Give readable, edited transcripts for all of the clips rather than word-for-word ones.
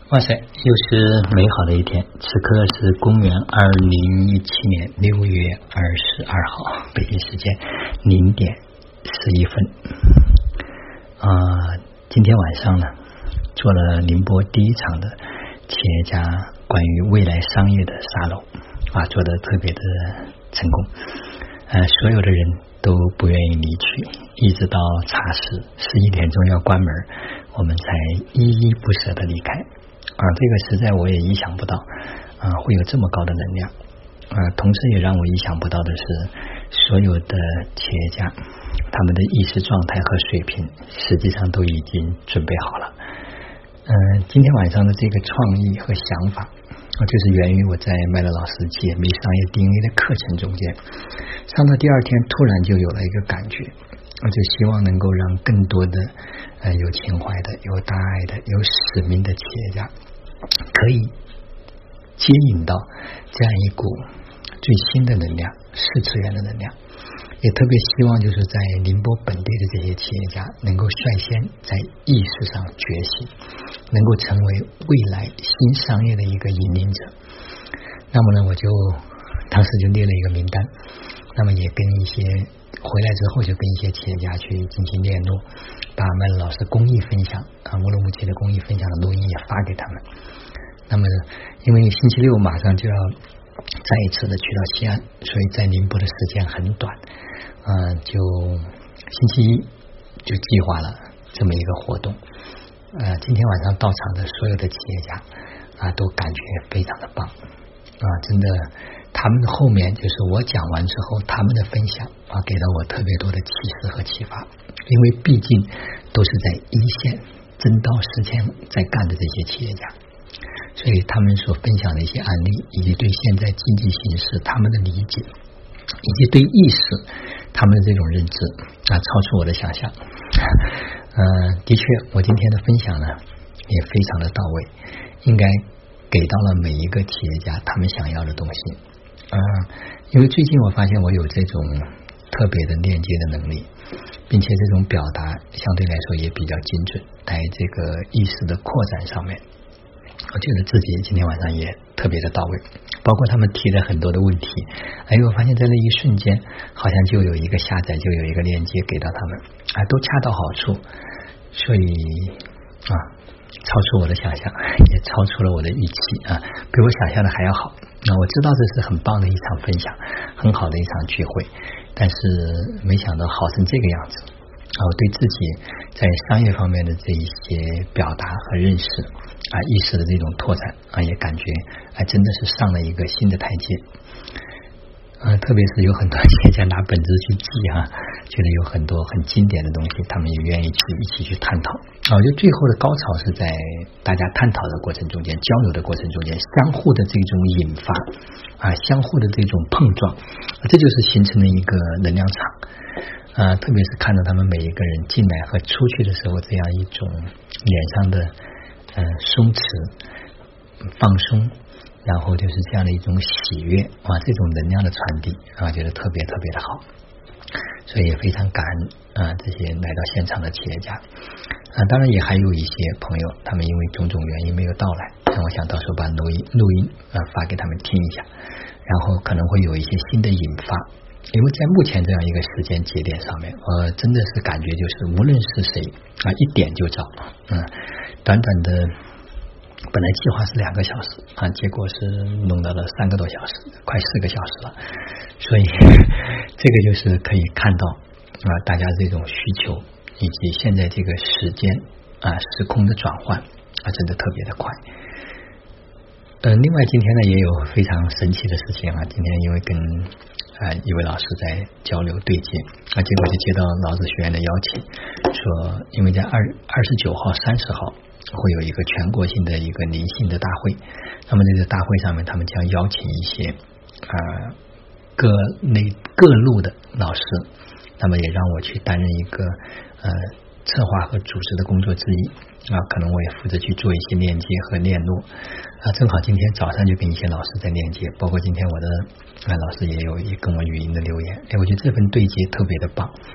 哇塞，又是美好的一天。此刻是公元2017年6月22号，北京时间0点11分。今天晚上呢，做了宁波第一场的企业家关于未来商业的沙龙，做得特别的成功。所有的人都不愿意离去，一直到茶室11点钟要关门，我们才依依不舍的离开。这个实在我也意想不到，会有这么高的能量。同时也让我意想不到的是，所有的企业家他们的意识状态和水平实际上都已经准备好了。今天晚上的这个创意和想法，就是源于我在麦乐老师解密商业 DNA 的课程中间，上到第二天突然就有了一个感觉，我就希望能够让更多的有情怀的、有大爱的、有使命的企业家可以接引到这样一股最新的能量、4次元的能量。也特别希望就是在宁波本地的这些企业家能够率先在意识上觉醒，能够成为未来新商业的一个引领者。那么呢，我就当时就列了一个名单，那么也跟一些回来之后就跟一些企业家去进行联络，把麦乐老师公益分享乌鲁木齐的公益分享的录音也发给他们。那么因为星期六马上就要再一次的去到西安，所以在宁波的时间很短，就星期一就计划了这么一个活动。今天晚上到场的所有的企业家都感觉非常的棒真的，他们的后面就是我讲完之后他们的分享给了我特别多的启示和启发，因为毕竟都是在一线真刀实枪在干的这些企业家，所以他们所分享的一些案例，以及对现在经济形势他们的理解，以及对意识他们的这种认知超出我的想象。的确我今天的分享呢也非常的到位，应该给到了每一个企业家他们想要的东西。因为最近我发现我有这种特别的链接的能力，并且这种表达相对来说也比较精准，在这个意识的扩展上面，我觉得自己今天晚上也特别的到位。包括他们提的很多的问题，我发现在那一瞬间好像就有一个下载，就有一个链接给到他们都恰到好处，所以超出我的想象，也超出了我的预期比我想象的还要好。我知道这是很棒的一场分享，很好的一场聚会，但是没想到好成这个样子。我对自己在商业方面的这一些表达和认识意识的这种拓展也感觉真的是上了一个新的台阶。特别是有很多企业家拿本子去记觉得有很多很经典的东西，他们也愿意去一起去探讨。我觉得最后的高潮是在大家探讨的过程中间、交流的过程中间，相互的这种引发相互的这种碰撞，这就是形成了一个能量场。特别是看到他们每一个人进来和出去的时候，这样一种脸上的松弛、放松，然后就是这样的一种喜悦这种能量的传递觉得特别特别的好。所以也非常感恩这些来到现场的企业家。当然也还有一些朋友，他们因为种种原因没有到来，我想到时候把录音发给他们听一下，然后可能会有一些新的引发。因为在目前这样一个时间节点上面，真的是感觉就是无论是谁一点就着。短短的本来计划是2个小时结果是弄到了3个多小时，快4个小时了。所以这个就是可以看到大家这种需求以及现在这个时间时空的转换真的特别的快。另外今天呢也有非常神奇的事情今天因为跟一位老师在交流对接结果就接到老子学院的邀请，说因为在29号、30号会有一个全国性的一个灵性的大会，那么这个大会上面他们将邀请一些各路的老师，那么也让我去担任一个策划和组织的工作之一可能我也负责去做一些链接和联络正好今天早上就跟一些老师在链接，包括今天我的老师也有跟我语音的留言我觉得这份对接特别的棒。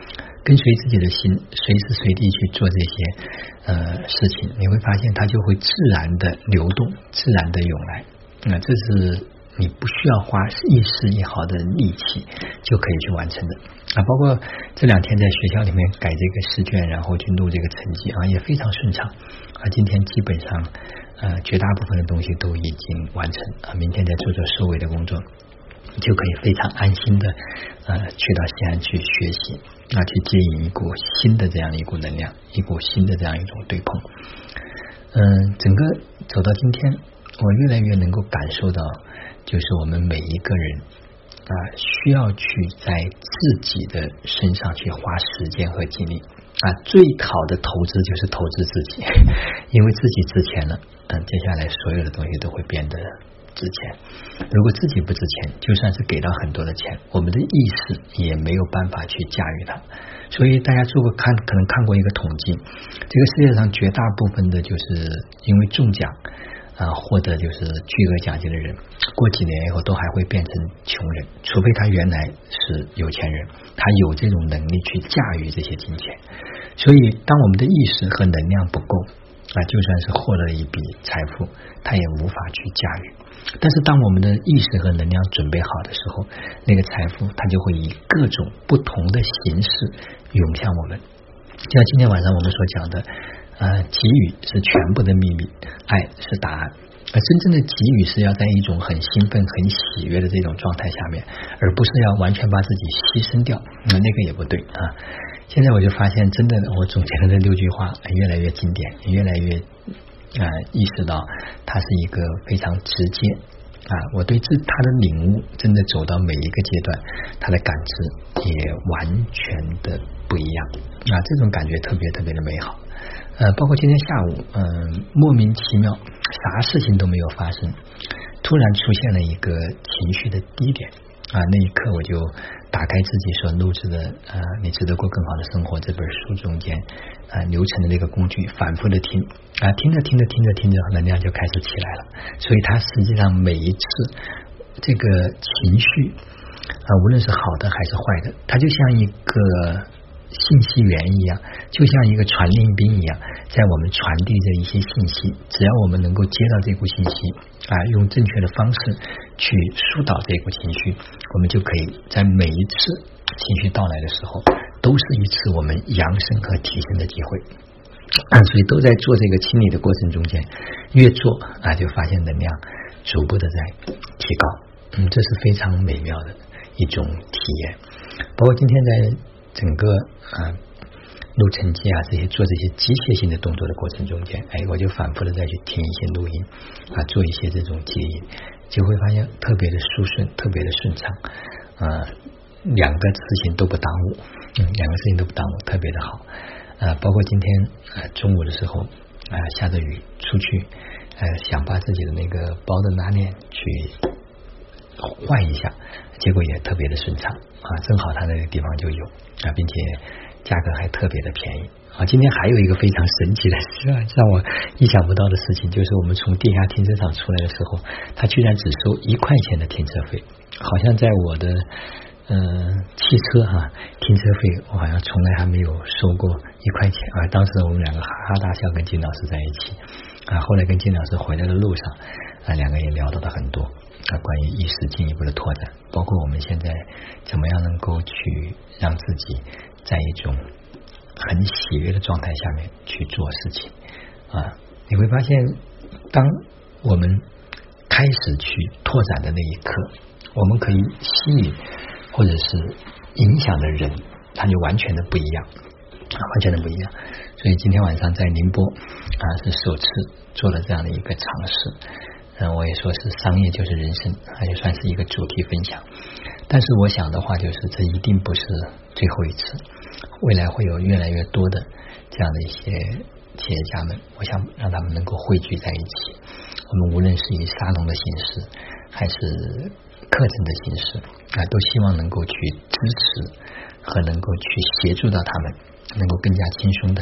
跟随自己的心，随时随地去做这些事情，你会发现它就会自然的流动，自然的涌来。这是你不需要花一丝一毫的力气就可以去完成的包括这2天在学校里面改这个试卷，然后去录这个成绩也非常顺畅今天基本上绝大部分的东西都已经完成明天再做做收尾的工作，就可以非常安心的去到西安去学习去接引一股新的这样一股能量，一股新的这样一种对碰整个走到今天，我越来越能够感受到，就是我们每一个人需要去在自己的身上去花时间和精力最好的投资就是投资自己，因为自己值钱了接下来所有的东西都会变得值钱。如果自己不值钱，就算是给到很多的钱，我们的意识也没有办法去驾驭它。所以大家可能看过一个统计，这个世界上绝大部分的就是因为中奖获得就是巨额奖金的人，过几年以后都还会变成穷人，除非他原来是有钱人，他有这种能力去驾驭这些金钱。所以当我们的意识和能量不够就算是获得一笔财富，他也无法去驾驭。但是当我们的意识和能量准备好的时候，那个财富它就会以各种不同的形式涌向我们。就像今天晚上我们所讲的给予是全部的秘密，爱是答案。而真正的给予是要在一种很兴奋很喜悦的这种状态下面，而不是要完全把自己牺牲掉，那个也不对现在我就发现真的我总结的这6句话越来越经典，越来越意识到它是一个非常直接我对它的领悟真的走到每一个阶段，它的感知也完全的不一样这种感觉特别特别的美好包括今天下午莫名其妙啥事情都没有发生，突然出现了一个情绪的低点那一刻我就打开自己所录制的你值得过更好的生活这本书中间流程的那个工具，反复的听听着能量就开始起来了。所以它实际上每一次这个情绪无论是好的还是坏的，它就像一个信息源一样，就像一个传令兵一样，在我们传递着一些信息。只要我们能够接到这股信息用正确的方式去疏导这股情绪，我们就可以在每一次情绪到来的时候，都是一次我们扬升和提升的机会所以都在做这个清理的过程中间，越做就发现能量逐步的在提高这是非常美妙的一种体验。包括今天在整个录成绩这些做这些机械性的动作的过程中间我就反复的再去听一些录音做一些这种接引，就会发现特别的舒顺，特别的顺畅两个事情都不耽误特别的好包括今天中午的时候下着雨出去想把自己的那个包的拉链去换一下，结果也特别的顺畅正好它那个地方就有并且价格还特别的便宜今天还有一个非常神奇的事让我意想不到的事情，就是我们从地下停车场出来的时候，它居然只收1块钱的停车费，好像在我的汽车停车费我好像从来还没有收过1块钱当时我们两个哈哈大笑跟金老师在一起后来跟金老师回来的路上两个也聊到了很多关于意识进一步的拓展，包括我们现在怎么样能够去让自己在一种很喜悦的状态下面去做事情你会发现当我们开始去拓展的那一刻，我们可以吸引或者是影响的人他就完全的不一样所以今天晚上在宁波是首次做了这样的一个尝试我也说是商业就是人生也算是一个主题分享。但是我想的话就是这一定不是最后一次，未来会有越来越多的这样的一些企业家们，我想让他们能够汇聚在一起。我们无论是以沙龙的形式还是课程的形式都希望能够去支持和能够去协助到他们，能够更加轻松的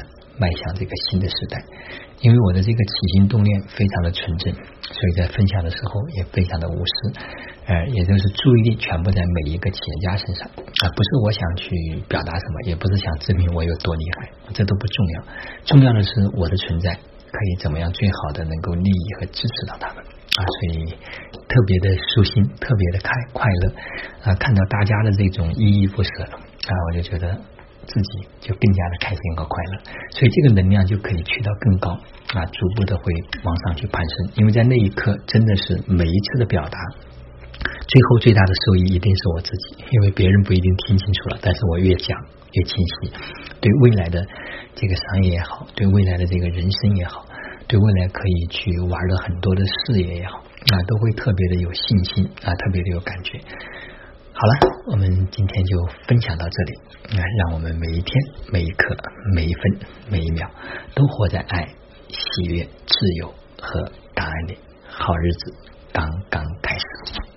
迈向这个新的时代。因为我的这个起心动念非常的纯正，所以在分享的时候也非常的无私，也就是注意力全部在每一个企业家身上不是我想去表达什么，也不是想证明我有多厉害，这都不重要，重要的是我的存在可以怎么样最好的能够利益和支持到他们所以特别的舒心，特别的快乐看到大家的这种依依不舍我就觉得自己就更加的开心和快乐，所以这个能量就可以去到更高逐步的会往上去攀升。因为在那一刻真的是每一次的表达最后最大的受益一定是我自己，因为别人不一定听清楚了，但是我越讲越清晰，对未来的这个商业也好，对未来的这个人生也好，对未来可以去玩的很多的事业也好都会特别的有信心特别的有感觉。好了，我们今天就分享到这里让我们每一天每一刻每一分每一秒都活在爱、喜悦、自由和答案里。好日子刚刚开始。